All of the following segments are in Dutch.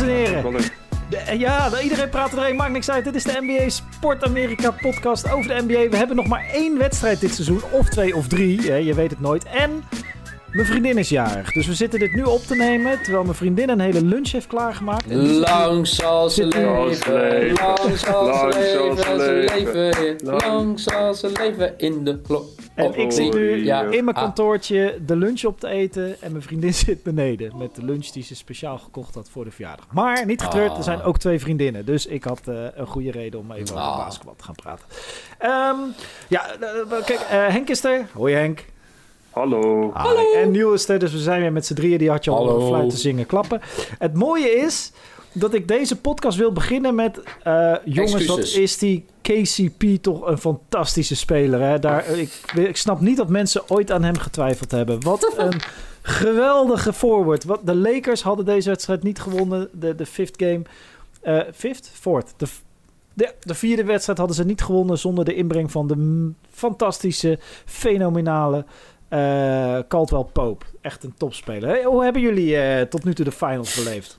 en heren. Iedereen praat erheen, maakt niks uit. Dit is de NBA Sport Amerika podcast over de NBA. We hebben nog maar 1 wedstrijd dit seizoen, of 2 of 3, je weet het nooit. En mijn vriendin is jarig, dus we zitten dit nu op te nemen, terwijl mijn vriendin een hele lunch heeft klaargemaakt. Lang zal ze leven, lang zal ze leven, lang zal ze leven in de klok. En ik zit nu in mijn kantoortje de lunch op te eten en mijn vriendin zit beneden met de lunch die ze speciaal gekocht had voor de verjaardag. Maar niet getreurd, er zijn ook 2 vriendinnen, dus ik had een goede reden om even over basketbal te gaan praten. Kijk, Henk is er. Hoi Henk. Hallo. Hallo. En Nieuw is er, dus we zijn weer met z'n drieën. Die had je al over fluiten, zingen, klappen. Het mooie is dat ik deze podcast wil beginnen met... jongens, wat is die KCP toch een fantastische speler. Hè? Ik snap niet dat mensen ooit aan hem getwijfeld hebben. Wat een geweldige forward. De Lakers hadden deze wedstrijd niet gewonnen. De fifth game. Fourth. De vierde wedstrijd hadden ze niet gewonnen zonder de inbreng van de fantastische, fenomenale... Caldwell Pope. Echt een topspeler. Hey, hoe hebben jullie tot nu toe de finals beleefd?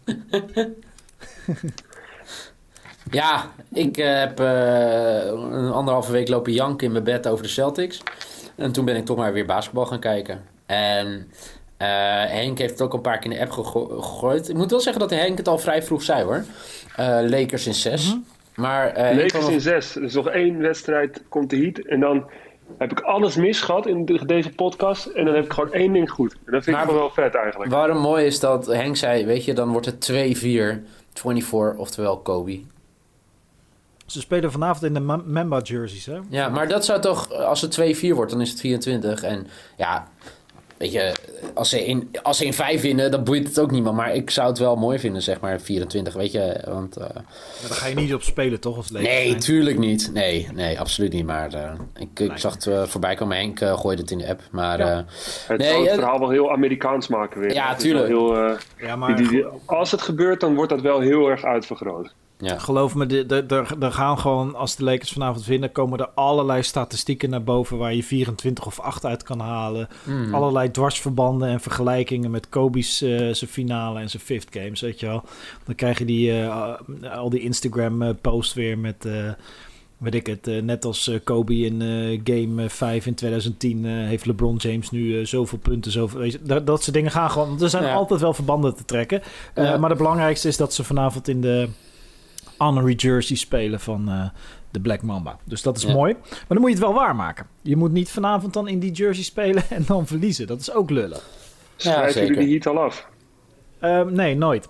Ja, ik heb een 1,5 week lopen janken in mijn bed over de Celtics. En toen ben ik toch maar weer basketbal gaan kijken. En Henk heeft het ook een paar keer in de app gegooid. Ik moet wel zeggen dat Henk het al vrij vroeg zei hoor. Lakers in 6. Mm-hmm. Maar, Lakers in 6. Dus nog 1 wedstrijd komt de Heat. En dan heb ik alles misgehad in deze podcast. En dan heb ik gewoon 1 ding goed. En dat vind ik gewoon wel vet eigenlijk. Waarom mooi is dat Henk zei, weet je, dan wordt het 2-4, 24, oftewel Kobe. Ze spelen vanavond in de Mamba jerseys, hè? Ja, maar dat zou toch, als het 2-4 wordt, dan is het 24. En ja, weet je, als ze in 5 winnen, dan boeit het ook niemand. Maar ik zou het wel mooi vinden, zeg maar, 24, weet je. Want, daar ga je niet op spelen, toch? Als nee, tuurlijk niet. Nee, absoluut niet. Maar ik zag het voorbij komen. Henk gooide het in de app. Maar, het zou het verhaal wel heel Amerikaans maken weer. Ja, tuurlijk. Als het gebeurt, dan wordt dat wel heel erg uitvergroot. Ja. Geloof me, er gaan gewoon, als de Lakers vanavond winnen, komen er allerlei statistieken naar boven waar je 24 of 8 uit kan halen. Allerlei dwarsverbanden en vergelijkingen met Kobe's zijn finale en zijn fifth games, weet je wel. Dan krijg je al die Instagram posts weer met... weet ik het, net als Kobe in game 5 in 2010 heeft LeBron James nu zoveel punten. Dat soort dingen gaan gewoon... Er zijn altijd wel verbanden te trekken. Maar het belangrijkste is dat ze vanavond in de honorary jersey spelen van de Black Mamba. Dus dat is mooi. Maar dan moet je het wel waarmaken. Je moet niet vanavond dan in die jersey spelen en dan verliezen. Dat is ook lullig. Schrijven jullie die Heat al af? Nee, nooit.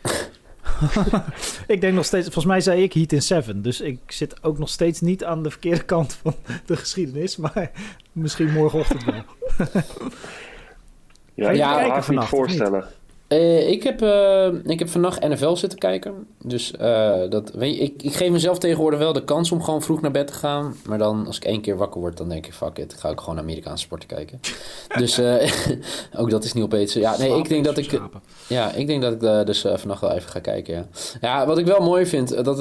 Ik denk nog steeds... Volgens mij zei ik Heat in 7. Dus ik zit ook nog steeds niet aan de verkeerde kant van de geschiedenis. Maar misschien morgenochtend wel. Ik kan het niet voorstellen. Ik heb vannacht NFL zitten kijken. Dus ik geef mezelf tegenwoordig wel de kans om gewoon vroeg naar bed te gaan. Maar dan, als ik 1 keer wakker word, dan denk ik, fuck it. Ga ik gewoon Amerikaanse sporten kijken. Dus ook dat is niet opeens. Ja, nee, ik denk dat ik dus vannacht wel even ga kijken. Ja. Ja, wat ik wel mooi vind, dat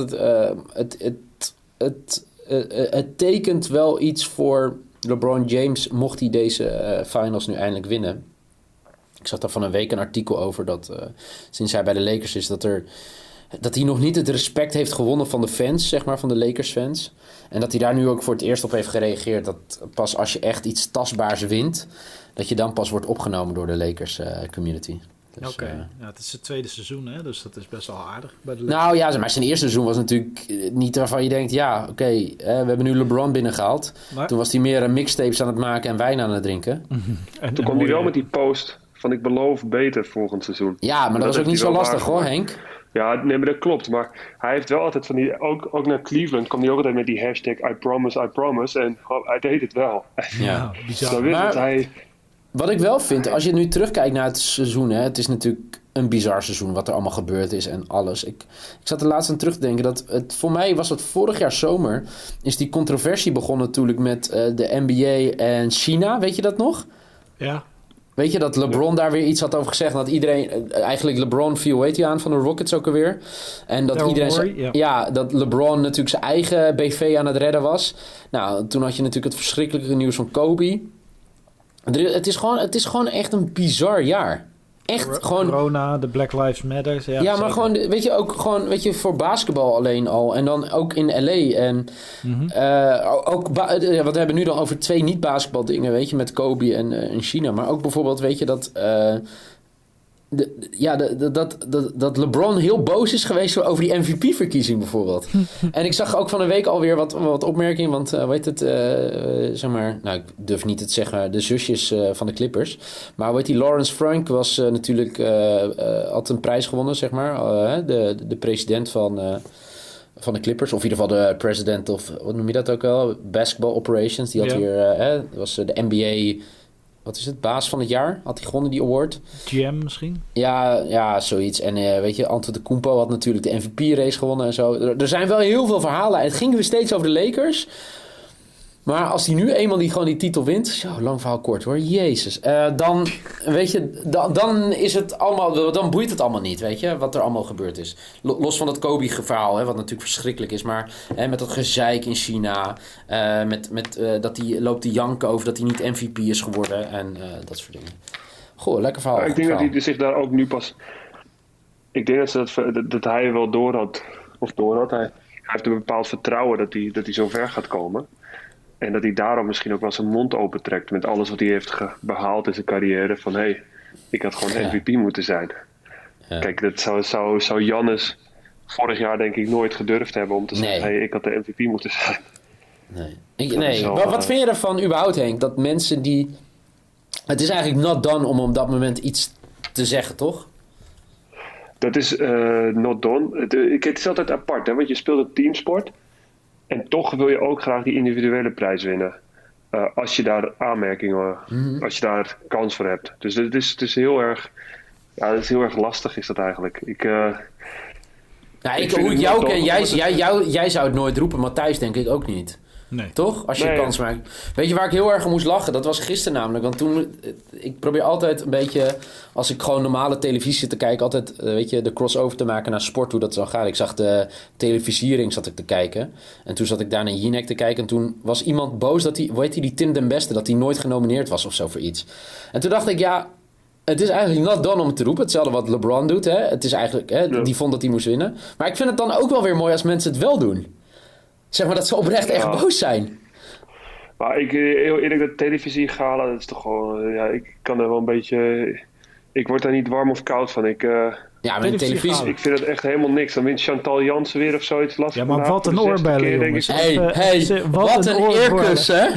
het tekent wel iets voor LeBron James, mocht hij deze finals nu eindelijk winnen. Ik zag daar van een week een artikel over dat sinds hij bij de Lakers is, dat hij nog niet het respect heeft gewonnen van de fans, zeg maar, van de Lakers fans. En dat hij daar nu ook voor het eerst op heeft gereageerd dat pas als je echt iets tastbaars wint, dat je dan pas wordt opgenomen door de Lakers community. Dus, Oké. Ja, het is het tweede seizoen, hè? Dus dat is best wel aardig. Bij de nou ja, maar zijn eerste seizoen was natuurlijk niet waarvan je denkt, we hebben nu LeBron binnengehaald. Maar... Toen was hij meer mixtapes aan het maken en wijn aan het drinken. En toen kwam hij wel met die post van ik beloof beter volgend seizoen. Ja, maar dat was ook niet zo lastig hoor, Henk. Ja, nee, maar dat klopt. Maar hij heeft wel altijd van die... Ook naar Cleveland kwam hij ook altijd met die hashtag I promise. En hij deed het wel. Ja, bizar. Wat ik wel vind, als je nu terugkijkt naar het seizoen, hè, het is natuurlijk een bizar seizoen wat er allemaal gebeurd is en alles. Ik zat er laatst aan terug te denken dat voor mij was het vorig jaar zomer, is die controversie begonnen natuurlijk met de NBA en China, weet je dat nog? Ja. Weet je, dat LeBron daar weer iets had over gezegd. Dat iedereen... Eigenlijk LeBron viel, weet je aan, van de Rockets ook alweer. En dat dat LeBron natuurlijk zijn eigen BV aan het redden was. Nou, toen had je natuurlijk het verschrikkelijke nieuws van Kobe. Het is gewoon echt een bizar jaar. echt gewoon... Corona, de Black Lives Matter. Ja, maar gewoon, weet je, ook gewoon, weet je, voor basketbal alleen al. En dan ook in LA. En want we hebben nu dan over 2 niet-basketbal dingen, weet je, met Kobe en China. Maar ook bijvoorbeeld, weet je, dat LeBron heel boos is geweest over die MVP-verkiezing bijvoorbeeld. En ik zag ook van een week alweer wat opmerkingen, want zeg maar, nou, ik durf niet te zeggen, de zusjes van de Clippers. Maar weet die Lawrence Frank was natuurlijk, had een prijs gewonnen, zeg maar. De president van de Clippers, of in ieder geval de president of, wat noem je dat ook wel? Basketball Operations. Die had hier, was de NBA... Wat is het? Baas van het jaar? Had hij gewonnen, die award? GM misschien? Ja, zoiets. En weet je, Antetokounmpo had natuurlijk de MVP-race gewonnen en zo. Er zijn wel heel veel verhalen. Het ging weer steeds over de Lakers. Maar als hij nu eenmaal gewoon die titel wint... Zo, lang verhaal kort hoor. Jezus. Dan, weet je, dan is het allemaal... Dan boeit het allemaal niet, weet je, wat er allemaal gebeurd is. Los van dat Kobe-verhaal, wat natuurlijk verschrikkelijk is. Maar met dat gezeik in China. Dat hij loopt te janken over dat hij niet MVP is geworden. En dat soort dingen. Goh, lekker verhaal. Ik denk dat hij zich daar ook nu pas... Ik denk dat hij wel door had. Hij heeft een bepaald vertrouwen dat hij zo ver gaat komen. En dat hij daarom misschien ook wel zijn mond opentrekt met alles wat hij heeft behaald in zijn carrière. Van ik had gewoon MVP moeten zijn. Ja. Kijk, dat zou Giannis vorig jaar denk ik nooit gedurfd hebben om te zeggen, ik had de MVP moeten zijn. Nee. Wat vind je ervan überhaupt, Henk? Dat mensen die... Het is eigenlijk not done om op dat moment iets te zeggen, toch? Dat is not done. Het is altijd apart, want je speelt een teamsport. En toch wil je ook graag die individuele prijs winnen. Als je daar aanmerkingen, als je daar kans voor hebt. Dus het is heel erg... Ja, het is heel erg lastig is dat eigenlijk. Hoe ik jou ken, jij zou het nooit roepen. Matthijs denk ik ook niet. Nee. Toch? Als je een kans maakt. Weet je waar ik heel erg om moest lachen? Dat was gisteren namelijk. Want toen... Ik probeer altijd een beetje... Als ik gewoon normale televisie zit te kijken... Altijd, weet je, de crossover te maken naar sport. Hoe dat zo gaat. Ik zag de televisiering zat ik te kijken. En toen zat ik daar naar Jinek te kijken. En toen was iemand boos dat hij... Hoe heet die Tim den Beste? Dat hij nooit genomineerd was of zo voor iets. En toen dacht ik, ja... Het is eigenlijk not done om het te roepen. Hetzelfde wat LeBron doet. Hè? Het is eigenlijk... Die vond dat hij moest winnen. Maar ik vind het dan ook wel weer mooi als mensen het wel doen. Zeg maar dat ze oprecht echt boos zijn. Maar heel eerlijk, dat televisiegala, dat is toch gewoon... ik kan er wel een beetje... Ik word daar niet warm of koud van. Ja, met televisie. Ik vind het echt helemaal niks. Dan wint Chantal Jansen weer of zoiets. Ja, maar wat een oorbellen, jongens. Wat een eerkus, hè?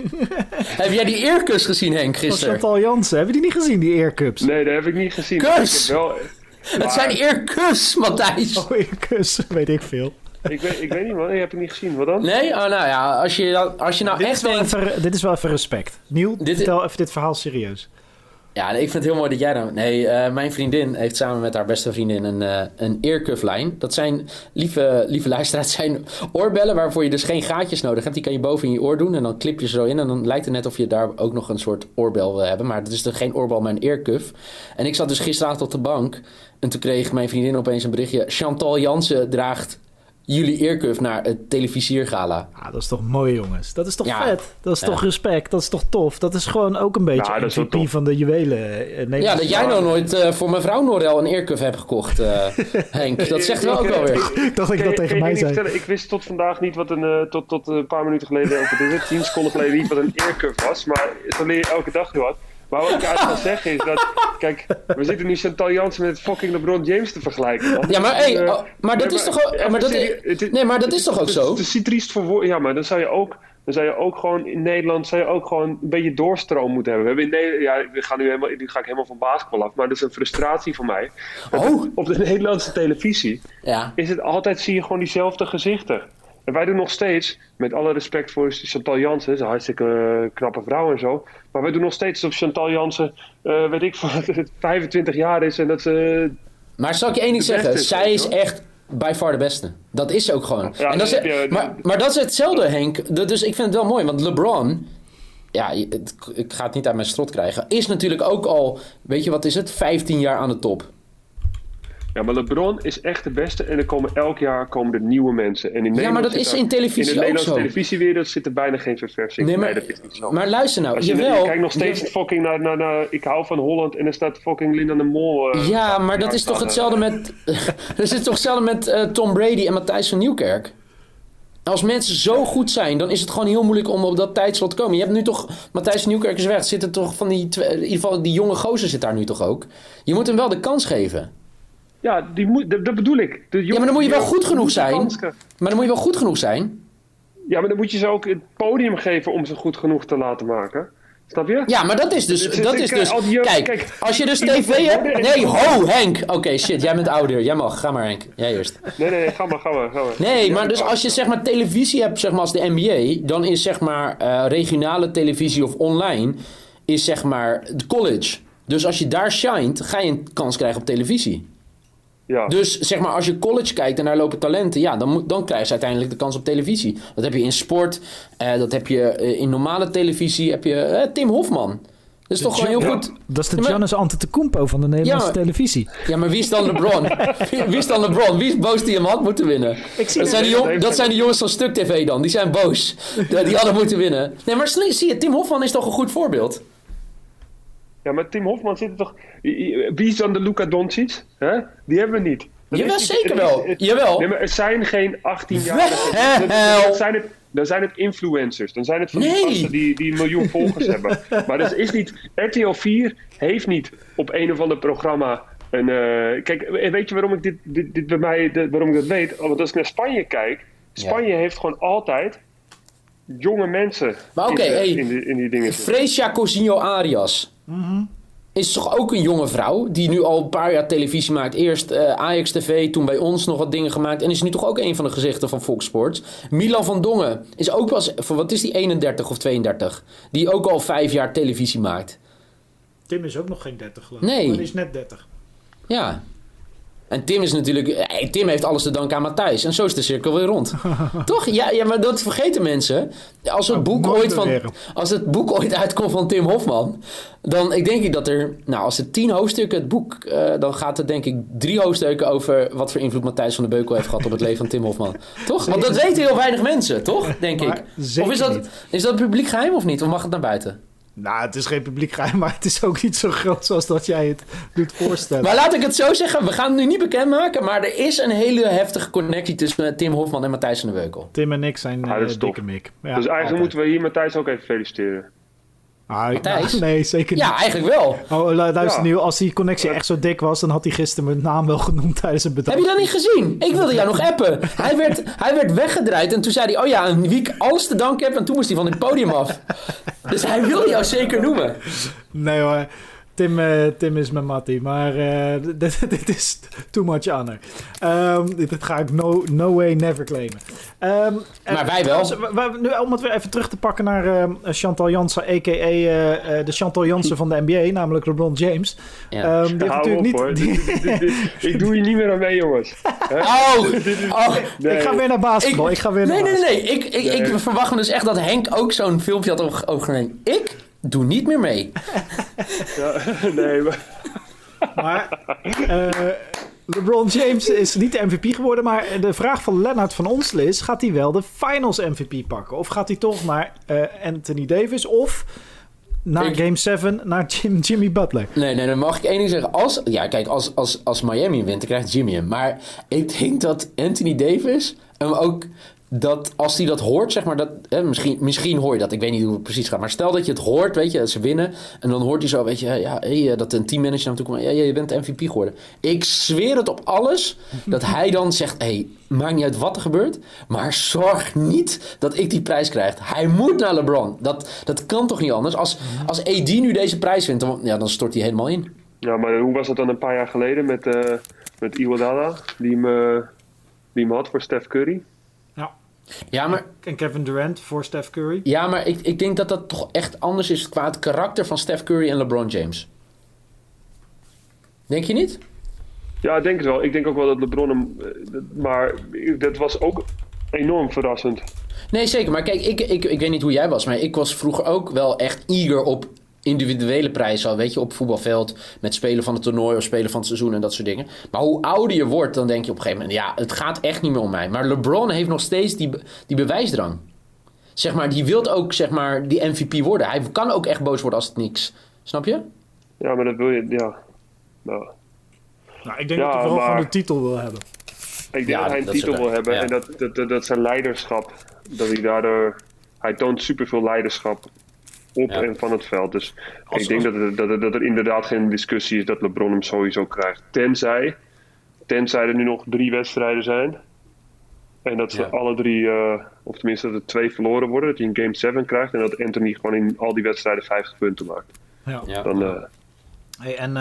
Heb jij die eerkus gezien, Henk, gisteren? Chantal Jansen. Heb je die niet gezien, die eercups? Nee, dat heb ik niet gezien. Kus! Het zijn eerkus, Matthijs. Oh, eerkus. Weet ik veel. Ik weet niet, man. Ik heb het niet gezien. Wat dan? Nee? Oh, nou ja. Als je nou dit echt denkt... Dit is wel even respect. Niel, vertel even dit verhaal serieus. Ja, ik vind het heel mooi dat jij dan... Nee, mijn vriendin heeft samen met haar beste vriendin een earcuff-lijn. Dat zijn, lieve luisteraars, zijn oorbellen waarvoor je dus geen gaatjes nodig hebt. Die kan je boven in je oor doen en dan klip je ze zo in. En dan lijkt het net of je daar ook nog een soort oorbel wil hebben. Maar het is dus geen oorbel, maar een earcuff. En ik zat dus gisteravond op de bank en toen kreeg mijn vriendin opeens een berichtje. Chantal Jansen draagt jullie earcuff naar het televisiergala. Ah, dat is toch mooi, jongens. Dat is toch vet? Dat is toch respect? Dat is toch tof? Dat is gewoon ook een beetje MVP van de juwelen. Dat jij nou nooit voor mevrouw Norel een earcuff hebt gekocht, Henk. Dat zegt wel ook wel weer. Ik dacht ik dat tegen mij zei. Ik wist tot vandaag niet wat tot een paar minuten geleden, of 10 seconden geleden, niet wat een earcuff was. Maar zo leer je elke dag weer wat. Maar wat ik eigenlijk wil zeggen is dat... Kijk, we zitten nu Chantal Jansen met fucking LeBron James te vergelijken. Man. Ja, maar dat is toch ook... Maar dat is toch ook zo? Het is triest voor woorden. Ja, maar dan zou je ook gewoon in Nederland... zou je ook gewoon een beetje doorstroom moeten hebben. We hebben in Nederland... nu ga ik helemaal van basketbal af. Maar dat is een frustratie voor mij. Op de Nederlandse televisie is het altijd... zie je gewoon diezelfde gezichten. En wij doen nog steeds, met alle respect voor Chantal Jansen, ze is een hartstikke knappe vrouw en zo, maar wij doen nog steeds of Chantal Jansen, weet ik van, dat het 25 jaar is en dat ze... Maar zal ik je één ding zeggen, zij is echt by far de beste. Dat is ze ook gewoon. Ja, en dat is, maar dat is hetzelfde, Henk. Dus ik vind het wel mooi, want LeBron... Ja, ik ga het niet uit mijn strot krijgen. Is natuurlijk ook al, weet je wat is het, 15 jaar aan de top. Ja, maar LeBron is echt de beste en elk jaar komen er nieuwe mensen. En in maar dat is in televisie ook zo. In de Nederlandse televisiewereld zit er bijna geen verversing. Nee, dat is niet zo. Maar luister nou, je kijkt nog steeds fucking naar ik hou van Holland en er staat fucking Linda de Mol. Ja, maar dat is toch hetzelfde met... dat is toch hetzelfde met Tom Brady en Matthijs van Nieuwkerk? Als mensen zo goed zijn, dan is het gewoon heel moeilijk om op dat tijdslot te komen. Je hebt nu toch... Matthijs van Nieuwkerk is weg. Zitten toch van die... in ieder geval, die jonge gozer zit daar nu toch ook? Je moet hem wel de kans geven. Ja, dat bedoel ik. Ja, maar dan moet je wel goed genoeg zijn. Maar dan moet je wel goed genoeg zijn. Ja, maar dan moet je ze ook het podium geven om ze goed genoeg te laten maken. Snap je? Ja, maar dat is dus... Kijk, als je dus tv hebt... Nee, Henk! Oké, shit, jij bent ouder. Jij mag. Ga maar, Henk. Jij eerst. Nee, ga maar. Nee, maar dus als je zeg maar televisie hebt, zeg maar als de NBA... dan is zeg maar regionale televisie of online... is zeg maar het college. Dus als je daar shined, ga je een kans krijgen op televisie. Ja. Dus zeg maar, als je college kijkt en daar lopen talenten... ja, dan krijg je uiteindelijk de kans op televisie. Dat heb je in sport, dat heb je in normale televisie... heb je Tim Hofman. Dat is toch gewoon heel goed. Dat is de Giannis Antetokounmpo van de Nederlandse televisie. Ja, maar wie is dan LeBron? Wie is boos die hem had moeten winnen? Dat zijn de jongens van Stuk TV dan. Die zijn boos. Die hadden moeten winnen. Nee, maar zie je, Tim Hofman is toch een goed voorbeeld? Ja, maar Tim Hofman zit er toch... Wie is dan de Luka Doncic? Hè? Die hebben we niet. Jawel, zeker wel. Jawel. Nee, maar er zijn geen 18-jarigen. Dan zijn het influencers. Dan zijn het van die gasten die 1 miljoen volgers hebben. Maar dat is niet... RTL 4 heeft niet op een of ander programma... Kijk, weet je waarom ik dit bij mij... waarom ik dat weet? Want als ik naar Spanje kijk... Spanje heeft gewoon altijd... jonge mensen in die dingen. Fresia Cousinho Arias. Is toch ook een jonge vrouw die nu al een paar jaar televisie maakt. Eerst Ajax TV, toen bij ons nog wat dingen gemaakt. En is nu toch ook een van de gezichten van Fox Sports. Milan van Dongen is ook pas, wat is die, 31 of 32? Die ook al 5 jaar televisie maakt. Tim is ook nog geen 30 geloof ik. Nee. Maar die is net 30. Ja. En Tim is natuurlijk... Tim heeft alles te danken aan Matthijs. En zo is de cirkel weer rond. Toch? Ja, maar dat vergeten mensen. Als het boek ooit uitkomt van Tim Hofman... dan ik denk ik dat er... Nou, als er 10 hoofdstukken het boek... dan gaat het denk ik 3 hoofdstukken over... wat voor invloed Matthijs van der Beukel heeft gehad... op het leven van Tim Hofman. Toch? Want dat weten heel weinig mensen, toch? Denk ik. Of is dat publiek geheim of niet? Of mag het naar buiten? Nou, het is geen publiek geheim, maar het is ook niet zo groot zoals dat jij het doet voorstellen. Maar laat ik het zo zeggen, we gaan het nu niet bekendmaken, maar er is een hele heftige connectie tussen Tim Hofman en Matthijs van der Beukel. Tim en ik zijn dikke mik. Ja, dus eigenlijk moeten we hier Matthijs ook even feliciteren. Matthijs? Nee, zeker niet. Ja, eigenlijk wel. Oh, luister nu, als die connectie echt zo dik was, dan had hij gisteren mijn naam wel genoemd tijdens het bedrijf. Heb je dat niet gezien? Ik wilde jou nog appen. Hij werd weggedraaid en toen zei hij, aan wie ik alles te danken heb en toen moest hij van het podium af. Dus hij wilde jou zeker noemen. Nee hoor. Tim is mijn mattie, maar dit is too much honor. Dit ga ik no way never claimen. Maar wij wel. Nu, om het weer even terug te pakken naar Chantal Jansen, a.k.a. de Chantal Jansen van de NBA, namelijk LeBron James. Ja. Die heeft natuurlijk niet... Ik doe hier niet meer aan mee, jongens. Nee. Ik ga weer naar basketbal. Nee. Ik verwacht me dus echt dat Henk ook zo'n filmpje had overgenomen. Ik doe niet meer mee. Ja, nee, maar LeBron James is niet de MVP geworden, maar de vraag van Lennart van Onselen is, gaat hij wel de Finals MVP pakken? Of gaat hij toch naar Anthony Davis of naar Game 7 naar Jimmy Butler? Nee, dan mag ik één ding zeggen. Als Miami wint, dan krijgt Jimmy hem. Maar ik denk dat Anthony Davis hem ook... dat als hij dat hoort, zeg maar, dat, misschien hoor je dat, ik weet niet hoe het precies gaat, maar stel dat je het hoort, weet je, dat ze winnen, en dan hoort hij zo, weet je, dat een teammanager naar hem toe komt, je bent MVP geworden. Ik zweer het op alles, dat hij dan zegt, maakt niet uit wat er gebeurt, maar zorg niet dat ik die prijs krijg. Hij moet naar LeBron. Dat kan toch niet anders? Als AD nu deze prijs wint, dan stort hij helemaal in. Ja, maar hoe was dat dan een paar jaar geleden met Iguodala, die hem had voor Steph Curry? Ja, maar... En Kevin Durant voor Steph Curry. Ja, maar ik denk dat dat toch echt anders is qua het karakter van Steph Curry en LeBron James. Denk je niet? Ja, ik denk het wel. Ik denk ook wel dat LeBron hem... Maar dat was ook enorm verrassend. Nee, zeker. Maar kijk, ik weet niet hoe jij was, maar ik was vroeger ook wel echt eager op individuele prijzen al, weet je, op voetbalveld met spelen van het toernooi of spelen van het seizoen en dat soort dingen. Maar hoe ouder je wordt, dan denk je op een gegeven moment, ja, het gaat echt niet meer om mij. Maar LeBron heeft nog steeds die bewijsdrang. Zeg maar, die wil ook, zeg maar, die MVP worden. Hij kan ook echt boos worden als het niks. Snap je? Ja, maar dat wil je, ja. Nou, ik denk dat hij vooral van de titel wil hebben. Ik denk dat hij een titel wil hebben en dat zijn leiderschap, dat hij daardoor, hij toont superveel leiderschap op en van het veld. Dus ik denk dat er inderdaad geen discussie is dat LeBron hem sowieso krijgt. Tenzij er nu nog 3 wedstrijden zijn. En dat ze alle 3, of tenminste dat er 2 verloren worden. Dat hij een Game 7 krijgt en dat Anthony gewoon in al die wedstrijden 50 punten maakt. Ja. Dan, hey, en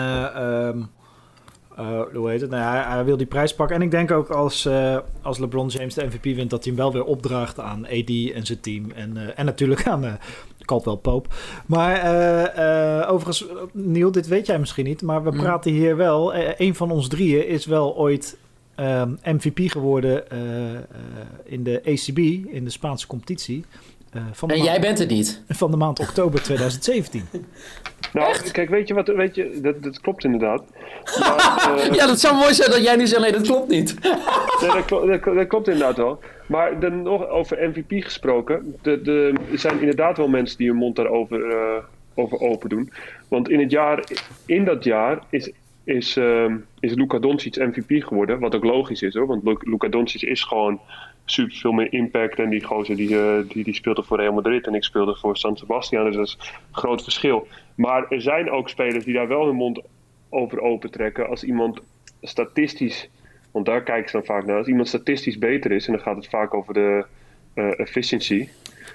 hoe heet het? Nou, hij wil die prijs pakken. En ik denk ook als LeBron James de MVP wint, dat hij hem wel weer opdraagt aan AD en zijn team. En natuurlijk aan Caldwell Pope. Maar overigens, Neil, dit weet jij misschien niet, maar we praten hier wel. Een van ons drieën is wel ooit MVP geworden in de ACB, in de Spaanse competitie. Jij bent het niet. Van de maand oktober 2017. Nou, echt? Kijk, weet je, dat klopt inderdaad. Maar, ja, dat zou mooi zijn dat jij nu zegt, nee, dat klopt niet. Nee, dat klopt inderdaad wel. Maar dan nog over MVP gesproken. Er zijn inderdaad wel mensen die hun mond daarover over open doen. Want in dat jaar is Luka Doncic MVP geworden. Wat ook logisch is hoor. Want Luka Doncic is gewoon super veel meer impact. En die gozer die speelde voor Real Madrid en ik speelde voor San Sebastian. Dus dat is een groot verschil. Maar er zijn ook spelers die daar wel hun mond over open trekken. Als iemand statistisch, want daar kijken ze dan vaak naar. Als iemand statistisch beter is, en dan gaat het vaak over de efficiency.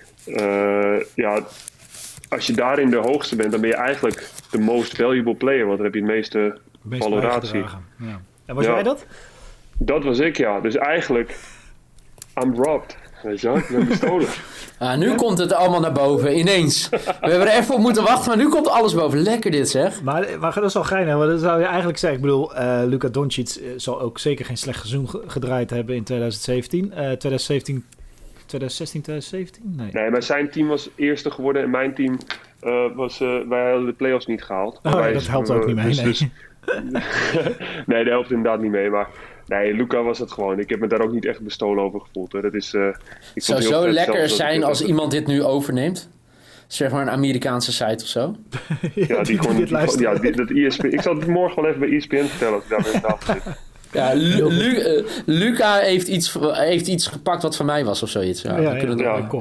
Als je daarin de hoogste bent, dan ben je eigenlijk de most valuable player. Want dan heb je het meeste valoratie. Ja. En was jij dat? Dat was ik, ja. Dus eigenlijk, I'm robbed. Weet je wel? Ik ben bestolen. Nu komt het allemaal naar boven, ineens. We hebben er even op moeten wachten, maar nu komt alles boven. Lekker dit, zeg. Maar dat is wel geinig, want dat zou je eigenlijk zeggen. Ik bedoel, Luka Doncic zal ook zeker geen slecht seizoen gedraaid hebben in 2017. 2016, 2017? Nee, maar zijn team was eerste geworden en mijn team wij hadden de playoffs niet gehaald. Dat helpt ook niet mee, nee. Nee, dat helpt inderdaad niet mee, maar nee, Luka was het gewoon. Ik heb me daar ook niet echt bestolen over gevoeld. Hè. Het zou zo lekker zijn als iemand dit nu overneemt. Zeg maar een Amerikaanse site of zo. Ja, dat ESPN. Ik zal het morgen wel even bij ESPN vertellen als ik daar weer in tafel zit. Ja, Luca heeft iets gepakt wat van mij was of zoiets. Cool.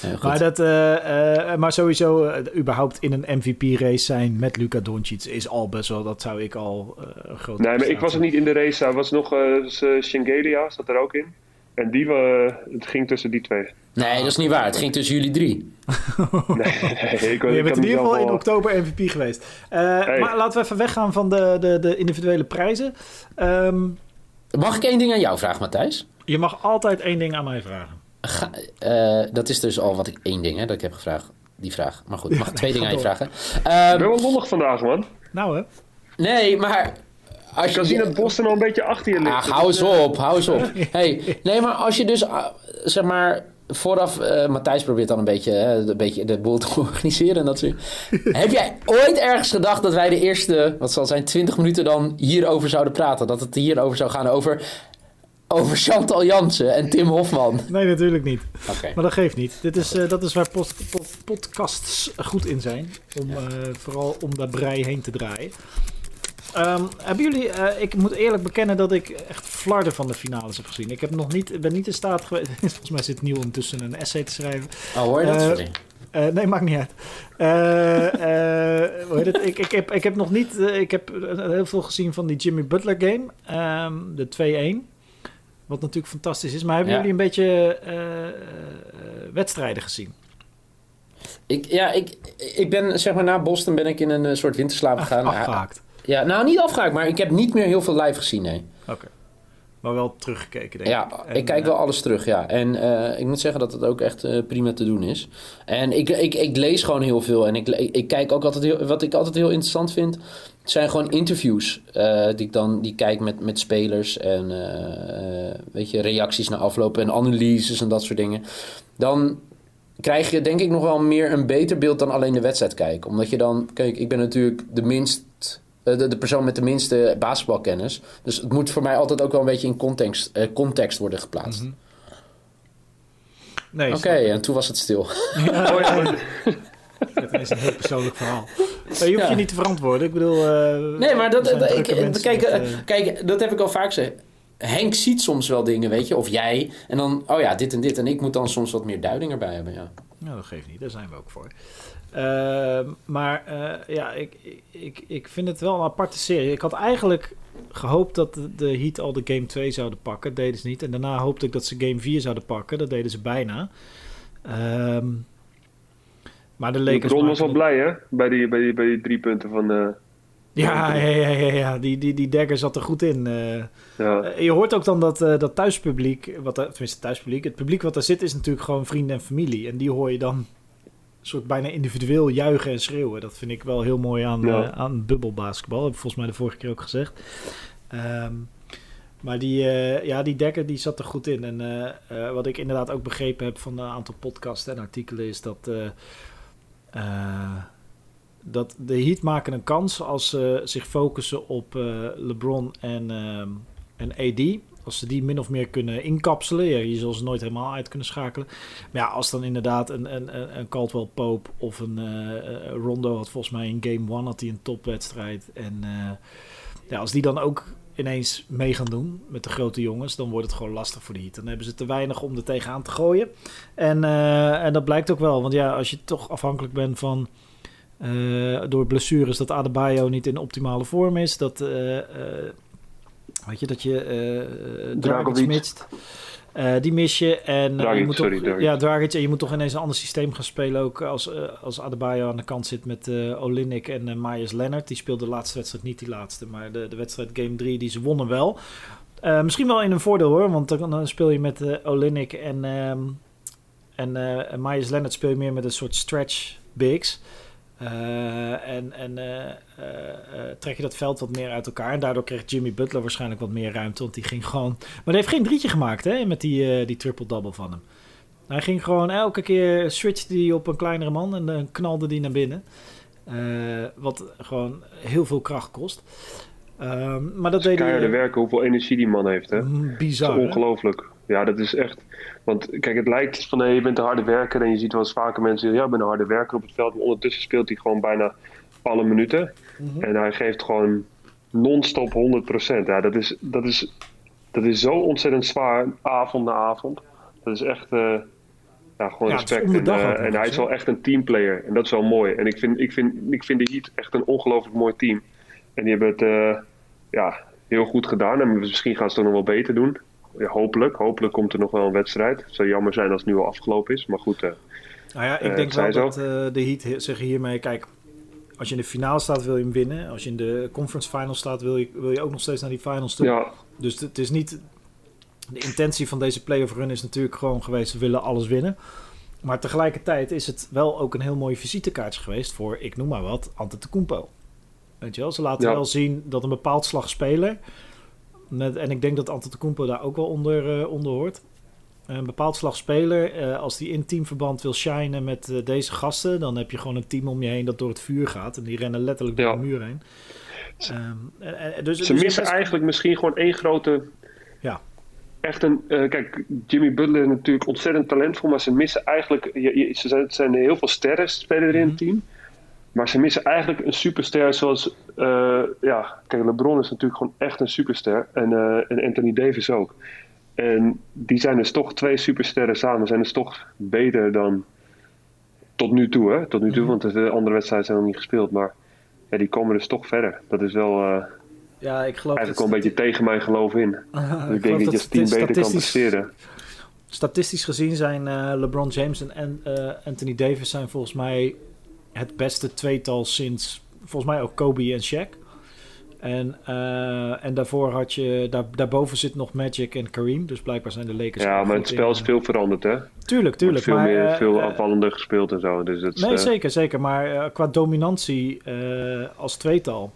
Maar sowieso, überhaupt in een MVP-race zijn met Luka Doncic is al best wel, dat zou ik al een grote... Nee, maar ik was er niet in de race. Er was nog Shengelia, zat er ook in. En het ging tussen die 2. Nee, dat is niet waar. Het ging tussen jullie 3. Nee, je bent in ieder geval in oktober MVP geweest. Maar laten we even weggaan van de individuele prijzen. Mag ik 1 ding aan jou vragen, Matthijs? Je mag altijd 1 ding aan mij vragen. Dat is dus al wat ik 1 ding dat ik heb gevraagd. Die vraag. Maar goed, mag ik 2 dingen aan je vragen? Ik ben wel lollig vandaag, man. Nou hè. Nee, maar... Ik kan zien dat Boston al een beetje achter je ligt. Hou eens op. Hey, nee, maar als je dus, zeg maar, vooraf... Matthijs probeert dan een beetje de boel te organiseren en dat soort. Heb jij ooit ergens gedacht dat wij de eerste, wat zal het zijn, 20 minuten dan hierover zouden praten? Dat het hierover zou gaan over Chantal Jansen en Tim Hofman? Nee, natuurlijk niet. Okay. Maar dat geeft niet. Dat is waar podcasts goed in zijn. Vooral om de brei heen te draaien. Hebben jullie... ik moet eerlijk bekennen dat ik echt flarden van de finales heb gezien. Ik ben niet in staat geweest... Volgens mij zit Nieuw ondertussen een essay te schrijven. Oh, hoor je dat? Sorry. Nee, maakt niet uit. Hoe heet het? Ik heb nog niet... ik heb heel veel gezien van die Jimmy Butler game. De 2-1. Wat natuurlijk fantastisch is. Maar hebben jullie een beetje wedstrijden gezien? Ik ben, zeg maar, na Boston ben ik in een soort winterslaap gegaan. Afgehaakt. Ja, nou niet afgehaakt, maar ik heb niet meer heel veel live gezien, nee. Oké. Maar wel teruggekeken, denk ik. Ja, ik kijk wel alles terug, ja. En ik moet zeggen dat het ook echt prima te doen is. En ik lees gewoon heel veel. En ik kijk ook altijd wat ik altijd heel interessant vind, zijn gewoon interviews die ik kijk met spelers. En weet je, reacties na afloop en analyses en dat soort dingen. Dan krijg je denk ik nog wel meer een beter beeld dan alleen de wedstrijd kijken. Omdat je dan... Kijk, ik ben natuurlijk de persoon met de minste basketbalkennis. Dus het moet voor mij altijd ook wel een beetje in context worden geplaatst. Mm-hmm. Nee, Oké, en toen was het stil. Het is een heel persoonlijk verhaal. Je hoeft je niet te verantwoorden. Ik bedoel... nee, maar kijk, dat heb ik al vaak gezegd. Henk ziet soms wel dingen, weet je. Of jij. En dan, oh ja, dit en dit. En ik moet dan soms wat meer duiding erbij hebben, ja. Nou, dat geeft niet. Daar zijn we ook voor. Ik vind het wel een aparte serie. Ik had eigenlijk gehoopt dat de Heat al de Game 2 zouden pakken. Dat deden ze niet. En daarna hoopte ik dat ze Game 4 zouden pakken. Dat deden ze bijna. Maar de Lakers... Ron was wel blij, hè? Bij die 3 punten van... Ja. Die dagger zat er goed in. Je hoort ook dan dat thuispubliek... het publiek wat daar zit is natuurlijk gewoon vrienden en familie. En die hoor je dan een soort bijna individueel juichen en schreeuwen. Dat vind ik wel heel mooi aan bubbelbasketbal. Dat heb ik volgens mij de vorige keer ook gezegd. Maar die dagger die zat er goed in. En wat ik inderdaad ook begrepen heb van een aantal podcasts en artikelen is dat de Heat maken een kans als ze zich focussen op LeBron en AD. Als ze die min of meer kunnen inkapselen. Ja, je zal ze nooit helemaal uit kunnen schakelen. Maar ja, als dan inderdaad een Caldwell Pope of een Rondo had volgens mij in Game 1 had hij een topwedstrijd. En als die dan ook ineens mee gaan doen met de grote jongens, dan wordt het gewoon lastig voor de Heat. Dan hebben ze te weinig om er tegenaan te gooien. En dat blijkt ook wel. Want ja, als je toch afhankelijk bent van door blessures dat Adebayo niet in optimale vorm is, dat Dragic mist. Die mis je. En Dragic. En je moet toch ineens een ander systeem gaan spelen. Ook als Adebayo aan de kant zit met Olynyk en Myers Leonard. Die speelde de laatste wedstrijd niet die laatste. Maar de wedstrijd Game 3 die ze wonnen wel. Misschien wel in een voordeel hoor. Want dan speel je met Olynyk en Myers Leonard speel je meer met een soort stretch bigs. Trek je dat veld wat meer uit elkaar. En daardoor kreeg Jimmy Butler waarschijnlijk wat meer ruimte. Want die ging gewoon... Maar hij heeft geen drietje gemaakt hè, met die triple-double van hem. Hij ging gewoon elke keer switchte die op een kleinere man. En dan knalde die naar binnen. Wat gewoon heel veel kracht kost. Maar dat deed keiharde werken, hoeveel energie die man heeft. Hè? Bizar. Dat is ongelooflijk. Ja, dat is echt... Want kijk, het lijkt van je bent een harde werker en je ziet wel eens vaker mensen zeggen, ja, ik ben een harde werker op het veld. Maar ondertussen speelt hij gewoon bijna alle minuten. Mm-hmm. En hij geeft gewoon non-stop 100%. Ja, dat is zo ontzettend zwaar, avond na avond. Dat is echt gewoon respect. En hij is wel echt een teamplayer. En dat is wel mooi. En ik vind de Heat echt een ongelooflijk mooi team. En die hebben het heel goed gedaan. En misschien gaan ze het nog wel beter doen. Ja, hopelijk komt er nog wel een wedstrijd. Het zou jammer zijn als het nu al afgelopen is. Maar goed, ik denk wel dat de Heat zeggen hiermee... Kijk, als je in de finale staat wil je hem winnen. Als je in de conference finals staat wil je ook nog steeds naar die finals toe. Ja. Dus het is niet... De intentie van deze playoff run is natuurlijk gewoon geweest... we willen alles winnen. Maar tegelijkertijd is het wel ook een heel mooi visitekaartje geweest... voor, ik noem maar wat, Antetokounmpo. Weet je wel, ze laten wel zien dat een bepaald slag speler... en ik denk dat Antetokounmpo daar ook wel onder hoort. Een bepaald slag speler, als die in teamverband wil shinen met deze gasten... dan heb je gewoon een team om je heen dat door het vuur gaat. En die rennen letterlijk door de muur heen. Ze missen eigenlijk misschien gewoon één grote... Ja. Echt kijk, Jimmy Butler is natuurlijk ontzettend talentvol... maar ze missen eigenlijk... Er zijn heel veel sterren spelen er in het team... Maar ze missen eigenlijk een superster zoals... kijk, LeBron is natuurlijk gewoon echt een superster. En Anthony Davis ook. En die zijn dus toch 2 supersterren samen. Zijn dus toch beter dan tot nu toe. Hè? Tot nu toe, want de andere wedstrijden zijn nog niet gespeeld. Maar ja, die komen dus toch verder. Dat is wel... ik geloof eigenlijk wel een beetje tegen mijn geloof in. Dus ik denk dat je als team beter kan presteren. Statistisch gezien zijn LeBron James en Anthony Davis zijn volgens mij... het beste tweetal sinds volgens mij ook Kobe en Shaq. En daarvoor had je... Daarboven zit nog Magic en Kareem. Dus blijkbaar zijn de Lakers... Ja, maar het spel is veel veranderd, hè? Tuurlijk. Veel aanvallender gespeeld en zo. Dus het zeker. Maar qua dominantie als tweetal...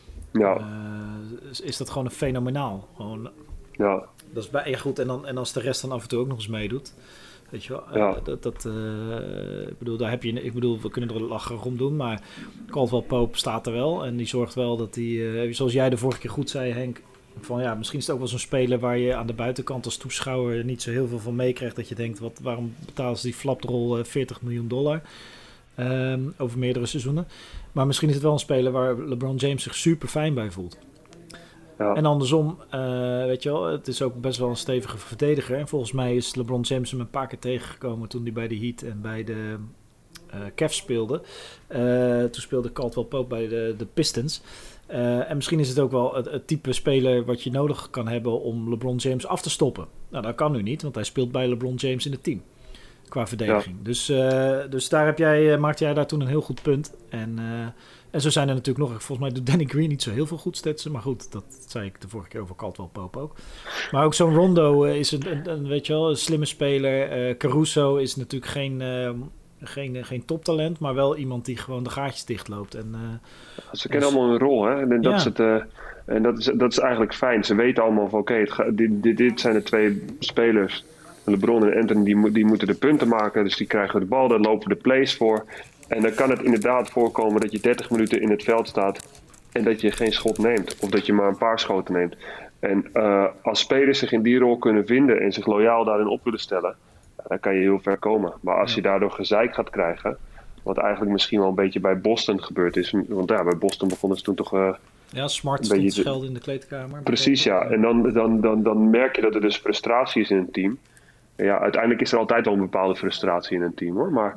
is dat gewoon een fenomenaal. Gewoon, ja. Dat is goed. En als de rest dan af en toe ook nog eens meedoet... Weet je wel? Ja. Ik bedoel, we kunnen er lacherig om doen, maar Caldwell Pope staat er wel. En die zorgt wel dat hij, zoals jij de vorige keer goed zei, Henk, van ja, misschien is het ook wel zo'n speler waar je aan de buitenkant als toeschouwer niet zo heel veel van meekrijgt. Dat je denkt, waarom betalen ze die flapdrol $40 miljoen over meerdere seizoenen? Maar misschien is het wel een speler waar LeBron James zich super fijn bij voelt. Ja. En andersom, weet je wel, het is ook best wel een stevige verdediger. En volgens mij is LeBron James hem een paar keer tegengekomen toen hij bij de Heat en bij de Cavs speelde. Toen speelde Caldwell Pope bij de Pistons. En misschien is het ook wel het type speler wat je nodig kan hebben om LeBron James af te stoppen. Nou, dat kan nu niet, want hij speelt bij LeBron James in het team. Qua verdediging. Ja. Dus daar maakte jij daar toen een heel goed punt. En zo zijn er natuurlijk nog... Volgens mij doet Danny Green niet zo heel veel goed statsen. Maar goed, dat zei ik de vorige keer over Caldwell Pope ook. Maar ook zo'n Rondo is weet je wel, een slimme speler. Caruso is natuurlijk geen toptalent. Maar wel iemand die gewoon de gaatjes dichtloopt. Ze kennen allemaal een rol. Hè? En dat is eigenlijk fijn. Ze weten allemaal van oké, dit zijn de twee spelers... LeBron en Anthony die moeten de punten maken. Dus die krijgen de bal, daar lopen de plays voor. En dan kan het inderdaad voorkomen dat je 30 minuten in het veld staat... en dat je geen schot neemt. Of dat je maar een paar schoten neemt. En als spelers zich in die rol kunnen vinden... en zich loyaal daarin op willen stellen... dan kan je heel ver komen. Maar als je daardoor gezeik gaat krijgen... wat eigenlijk misschien wel een beetje bij Boston gebeurd is... want bij Boston begonnen ze toen toch... Smart stond schelden in de kleedkamer. Precies, ja. En dan merk je dat er dus frustratie is in het team... Ja, uiteindelijk is er altijd wel een bepaalde frustratie in een team, hoor. Maar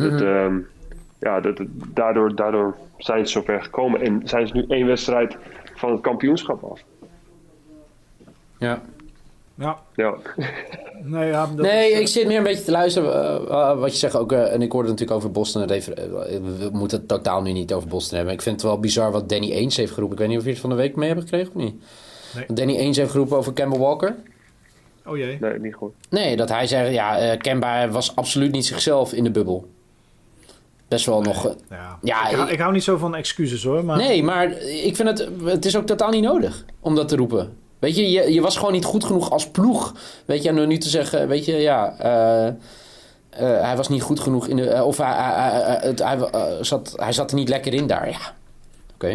daardoor zijn ze zover gekomen. En zijn ze nu 1 wedstrijd van het kampioenschap af. Ja. Nee, ik zit meer een beetje te luisteren wat je zegt ook. En ik hoorde natuurlijk over Boston. We moeten het totaal nu niet over Boston hebben. Ik vind het wel bizar wat Danny Ainge heeft geroepen. Ik weet niet of je het van de week mee hebt gekregen of niet. Nee. Danny Ainge heeft geroepen over Kemba Walker... Oh jee. Nee, niet goed. Nee, dat hij zei, Kemba was absoluut niet zichzelf in de bubbel. Best wel nog... Ik hou niet zo van excuses hoor. Maar... Nee, maar ik vind het is ook totaal niet nodig om dat te roepen. Weet je, je was gewoon niet goed genoeg als ploeg. Weet je, en nu te zeggen, weet je, hij was niet goed genoeg in de... Of hij zat er niet lekker in daar, ja. Oké.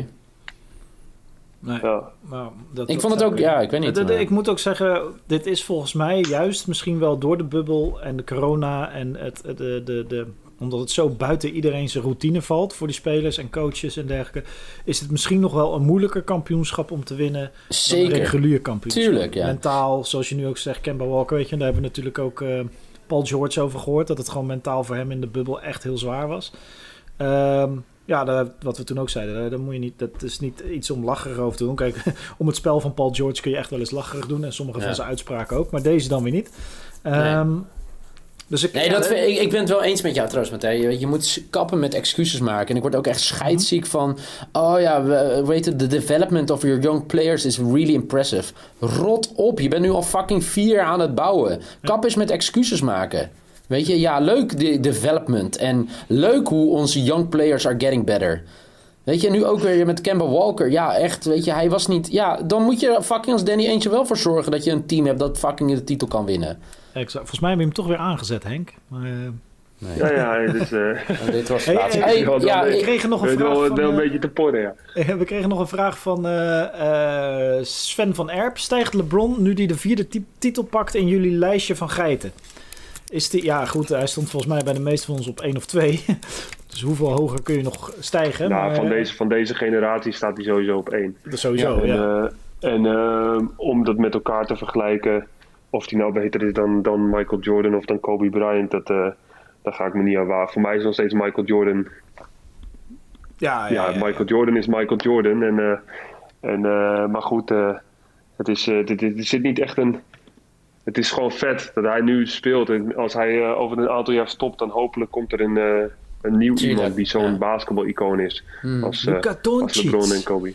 Nee, maar ik vond het ook, ik weet niet. Ik moet ook zeggen, dit is volgens mij juist misschien wel door de bubbel en de corona en omdat het zo buiten iedereen zijn routine valt voor die spelers en coaches en dergelijke, is het misschien nog wel een moeilijker kampioenschap om te winnen. Zeker. Dan een regulier kampioenschap. Tuurlijk, ja. Mentaal, zoals je nu ook zegt, Kemba Walker, weet je, daar hebben we natuurlijk ook Paul George over gehoord, dat het gewoon mentaal voor hem in de bubbel echt heel zwaar was. Wat we toen ook zeiden, dat moet je niet, dat is niet iets om lacherig over te doen. Kijk, om het spel van Paul George kun je echt wel eens lacherig doen en sommige van zijn uitspraken ook, maar deze dan weer niet. Dus ik ben het wel eens met jou trouwens, Matthijs. Je moet kappen met excuses maken. En ik word ook echt scheidsziek van... the development of your young players is really impressive. Rot op, je bent nu al fucking 4 jaar aan het bouwen. Kap eens met excuses maken. Weet je, ja, leuk de development. En leuk hoe onze young players are getting better. Weet je, nu ook weer met Kemba Walker. Ja, echt, weet je, hij was niet... Ja, dan moet je fucking als Danny Ainge wel voor zorgen... dat je een team hebt dat fucking de titel kan winnen. Exact. Volgens mij heb je hem toch weer aangezet, Henk. Maar, nee. Ja, dit was laatst. We kregen nog een vraag van... een beetje te porren, ja. We kregen nog een vraag van Sven van Erp. Stijgt LeBron nu die de 4e titel pakt in jullie lijstje van geiten? Is die, ja, goed, hij stond volgens mij bij de meeste van ons op 1 of 2. Dus hoeveel hoger kun je nog stijgen? Nou, maar, van deze generatie staat hij sowieso op 1. Sowieso, om dat met elkaar te vergelijken... of hij nou beter is dan Michael Jordan of dan Kobe Bryant... daar ga ik me niet aan waar. Voor mij is nog steeds Michael Jordan... Michael Jordan is Michael Jordan. Maar goed, er zit niet echt een... Het is gewoon vet dat hij nu speelt. En als hij over een aantal jaar stopt... dan hopelijk komt er een nieuw iemand... die zo'n basketbal-icoon is. Als LeBron en Kobe.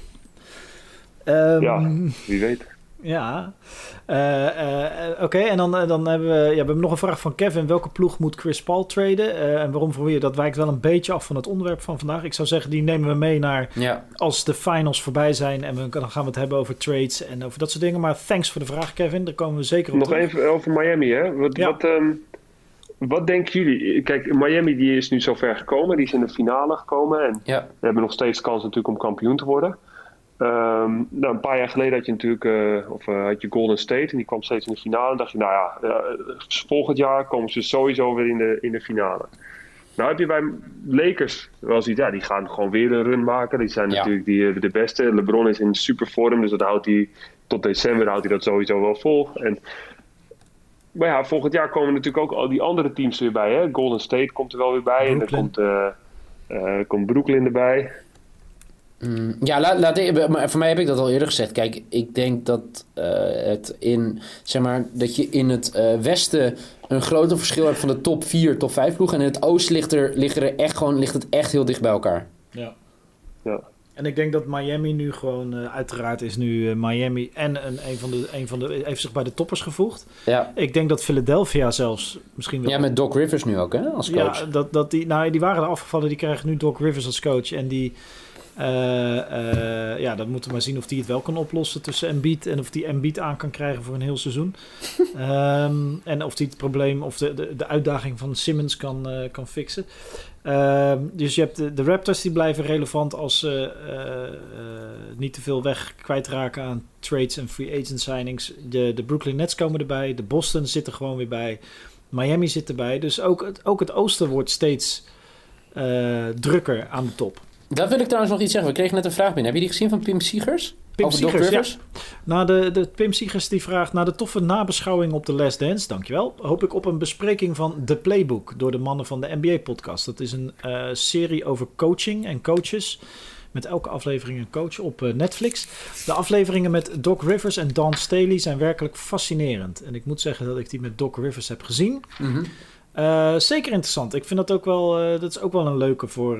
Wie weet. Ja. Oké, en dan hebben we hebben nog een vraag van Kevin. Welke ploeg moet Chris Paul traden? En waarom voor je? Dat wijkt wel een beetje af van het onderwerp van vandaag. Ik zou zeggen, die nemen we mee naar als de finals voorbij zijn. En dan gaan we het hebben over trades en over dat soort dingen. Maar thanks voor de vraag, Kevin. Daar komen we zeker op nog terug. Even over Miami, hè? wat denken jullie? Kijk, Miami die is nu zover gekomen. Die is in de finale gekomen. En we hebben nog steeds kans natuurlijk om kampioen te worden. Een paar jaar geleden had je natuurlijk had je Golden State. En die kwam steeds in de finale. En dacht je, volgend jaar komen ze sowieso weer in de finale. Nou heb je bij Lakers wel zoiets, die gaan gewoon weer een run maken. Die zijn natuurlijk de beste. LeBron is in supervorm, dus dat houdt hij tot december houdt hij dat sowieso wel vol. Maar ja, volgend jaar komen natuurlijk ook al die andere teams er weer bij. Hè? Golden State komt er wel weer bij. Brooklyn. En dan komt Brooklyn erbij. Maar voor mij heb ik dat al eerder gezegd. Kijk, ik denk dat dat je in het westen een groter verschil hebt van de top 4, top 5 ploegen. En in het oosten ligt het echt heel dicht bij elkaar. Ja. En ik denk dat Miami nu gewoon, uiteraard is nu Miami en een van de heeft zich bij de toppers gevoegd. Ja. Ik denk dat Philadelphia zelfs misschien wel... Ja, met Doc Rivers nu ook, hè, als coach. Ja, die waren er afgevallen, die krijgen nu Doc Rivers als coach. En die... dan moeten we maar zien of die het wel kan oplossen tussen Embiid en of die Embiid aan kan krijgen voor een heel seizoen. En of die het probleem of de uitdaging van Simmons kan fixen. Dus je hebt de Raptors, die blijven relevant als ze niet te veel weg kwijtraken aan trades en free agent signings. De Brooklyn Nets komen erbij, de Boston zit er gewoon weer bij, Miami zit erbij. Dus ook het oosten wordt steeds drukker aan de top. Dat wil ik trouwens nog iets zeggen. We kregen net een vraag binnen. Heb je die gezien van Pim Siegers? Pim Siegers, ja. Nou, Pim Siegers die vraagt... Na de toffe nabeschouwing op The Last Dance, dankjewel... hoop ik op een bespreking van The Playbook... door de mannen van de NBA-podcast. Dat is een serie over coaching en coaches... met elke aflevering een coach op Netflix. De afleveringen met Doc Rivers en Dawn Staley... zijn werkelijk fascinerend. En ik moet zeggen dat ik die met Doc Rivers heb gezien... Mm-hmm. Zeker interessant. Ik vind dat ook wel, dat is ook wel een leuke voor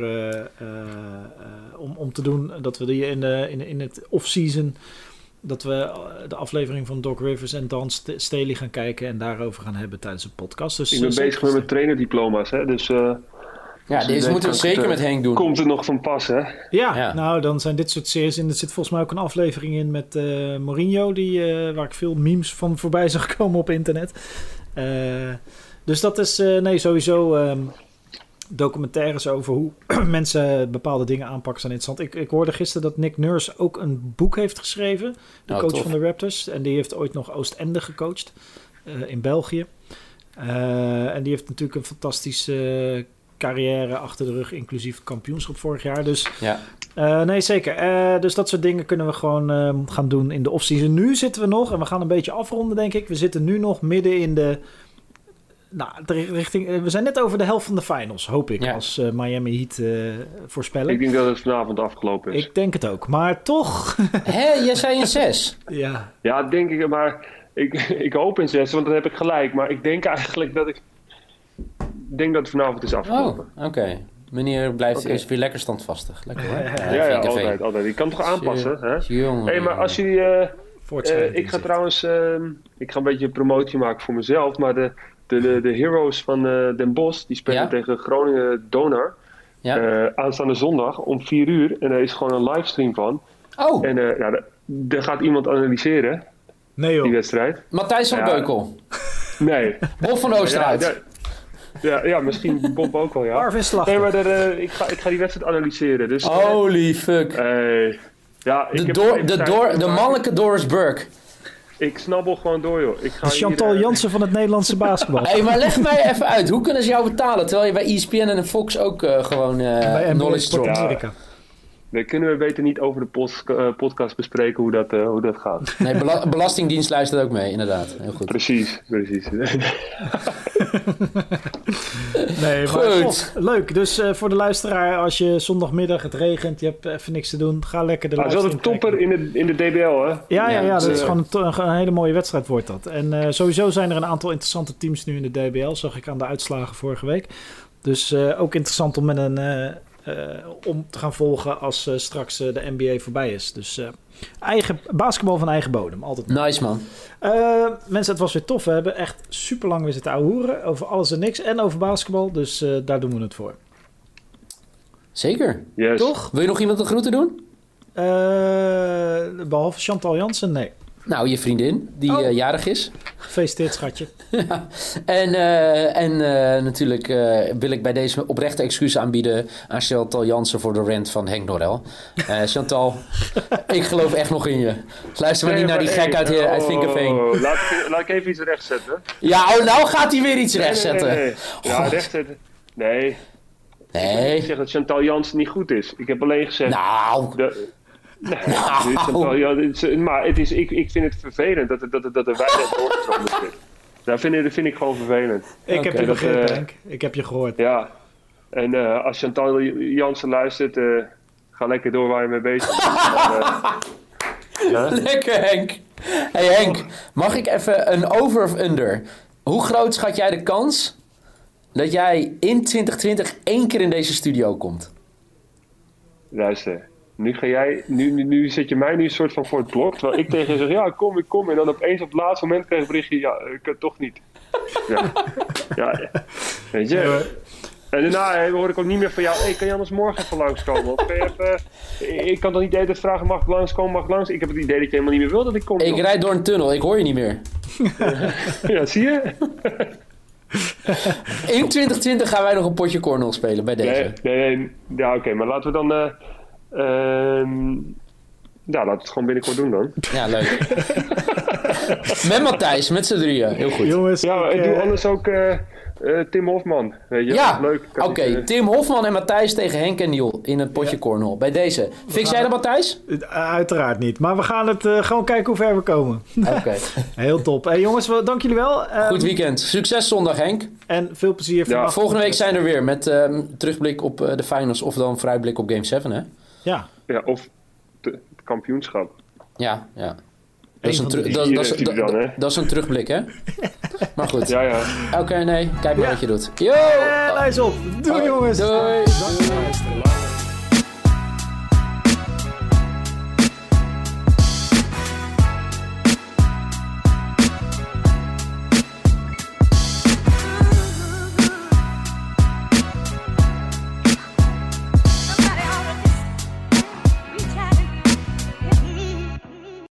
om te doen. Dat we die in het off-season, dat we de aflevering van Doc Rivers en Dan Staley gaan kijken en daarover gaan hebben tijdens een podcast. Dus, ik ben bezig met mijn trainerdiploma's, hè? Dus deze moeten we zeker met Henk doen. Komt er nog van pas, hè? Ja, nou dan zijn dit soort series. En er zit volgens mij ook een aflevering in met Mourinho, waar ik veel memes van voorbij zag komen op internet. Dus dat is sowieso documentaires over hoe mensen bepaalde dingen aanpakken zijn interessant. Ik hoorde gisteren dat Nick Nurse ook een boek heeft geschreven. De coach van de Raptors. En die heeft ooit nog Oostende gecoacht in België. En die heeft natuurlijk een fantastische carrière achter de rug, inclusief het kampioenschap vorig jaar. Dus zeker. Dus dat soort dingen kunnen we gewoon gaan doen in de offseason. Nu zitten we nog, en we gaan een beetje afronden, denk ik. We zitten nu nog midden in de... we zijn net over de helft van de finals, hoop ik, als Miami Heat voorspellen. Ik denk dat het vanavond afgelopen is. Ik denk het ook, maar toch... Hé, jij zei een 6. Ja, denk ik, maar ik hoop in 6, want dan heb ik gelijk. Maar ik denk eigenlijk dat dat het vanavond is afgelopen. Oh, oké. Meneer is weer lekker standvastig. Lekker hoor. Ja, altijd. Ik kan het toch aanpassen, hè? Jongen. Maar als jullie... ik ga trouwens... ik ga een beetje een promotie maken voor mezelf, maar de Heroes van Den Bosch, die spelen tegen Groningen Donar. Aanstaande zondag om 4 uur. En er is gewoon een livestream van. Oh. En daar gaat iemand analyseren. Nee joh. Die wedstrijd. Matthijs van Beukel. Nee. Bob van Oosterhout. Ja, misschien Bob ook wel, ja. Arvin Slachter. Nee, maar ik ga die wedstrijd analyseren. Dus, holy fuck. De mannelijke Doris Burke. Ik snabbel gewoon door, joh. Chantal Jansen van het Nederlandse basketbal. Maar leg mij even uit. Hoe kunnen ze jou betalen? Terwijl je bij ESPN en Fox ook gewoon knowledge dropt. Dan kunnen we beter niet over de podcast bespreken hoe dat gaat. Nee, Belastingdienst luistert ook mee, inderdaad. Heel goed. Precies. Nee, maar tof. Leuk. Dus voor de luisteraar, als je zondagmiddag het regent, je hebt even niks te doen, ga lekker de livestream kijken. Dat is wel een topper in de DBL, hè? Ja, dat is gewoon een hele mooie wedstrijd wordt dat. En sowieso zijn er een aantal interessante teams nu in de DBL, zag ik aan de uitslagen vorige week. Dus ook interessant om met om te gaan volgen als straks de NBA voorbij is. Dus basketbal van eigen bodem. Altijd nice, man. Mensen, het was weer tof. We hebben echt super lang weer zitten ouwehoeren over alles en niks. En over basketbal. Dus daar doen we het voor. Zeker. Yes. Toch? Wil je nog iemand een groeten doen? Behalve Chantal Jansen? Nee. Nou, je vriendin, die jarig is. Gefeliciteerd, schatje. Ja. En natuurlijk wil ik bij deze oprechte excuus aanbieden aan Chantal Jansen voor de rant van Henk Norel. Chantal, ik geloof echt nog in je. Luister maar niet naar die gek uit Vinkerveen. Laat ik even iets rechtzetten. Ja, nou gaat hij weer iets rechtzetten. Nee. Ja, rechtzetten. Nee. Ik zeg dat Chantal Jansen niet goed is. Ik heb alleen gezegd... maar ik vind het vervelend dat er weinig doorgestroomd is. Dat vind ik gewoon vervelend. Ik heb je begrepen, Henk. Ik heb je gehoord. Ja. En als Chantal Jansen luistert, ga lekker door waar je mee bezig bent. Lekker, Henk. Hey Henk, mag ik even een over of under? Hoe groot schat jij de kans dat jij in 2020 één keer in deze studio komt? Luister. Nu zet je mij nu een soort van voor het blok. Terwijl ik tegen je zeg, ja, ik kom. En dan opeens op het laatste moment krijg ik een berichtje, ja, ik kan toch niet. Ja. Weet je. En daarna hoor ik ook niet meer van jou, kan je anders morgen even langskomen? Of ik kan toch niet de hele tijd vragen, mag ik langskomen? Ik heb het idee dat je helemaal niet meer wil dat ik kom. Ik rijd door een tunnel, ik hoor je niet meer. Ja, zie je? In 2020 gaan wij nog een potje cornhole spelen bij deze. Nee. Ja, oké, maar laten we dan... laten we het gewoon binnenkort doen dan. Ja, leuk. Met Matthijs, met z'n drieën. Heel goed. Jongens, ik doe anders ook Tim Hofman. Weet je? Ja, leuk. Oké. Tim Hofman en Matthijs tegen Henk en Niel in een potje cornhole. Bij deze. Fix jij dat, Matthijs? Uiteraard niet. Maar we gaan het gewoon kijken hoe ver we komen. Oké. Heel top. Hey, jongens, dank jullie wel. Goed weekend. Succes zondag, Henk. En veel plezier vandaag. Volgende week zijn we er weer met terugblik op de finals of dan vooruitblik op Game 7, hè? Ja, of het kampioenschap. Ja. Dat is een terugblik, hè? Maar goed. Ja. Oké, nee. Kijk maar wat je doet. Yo! Lijst op. Doei, jongens. Doei.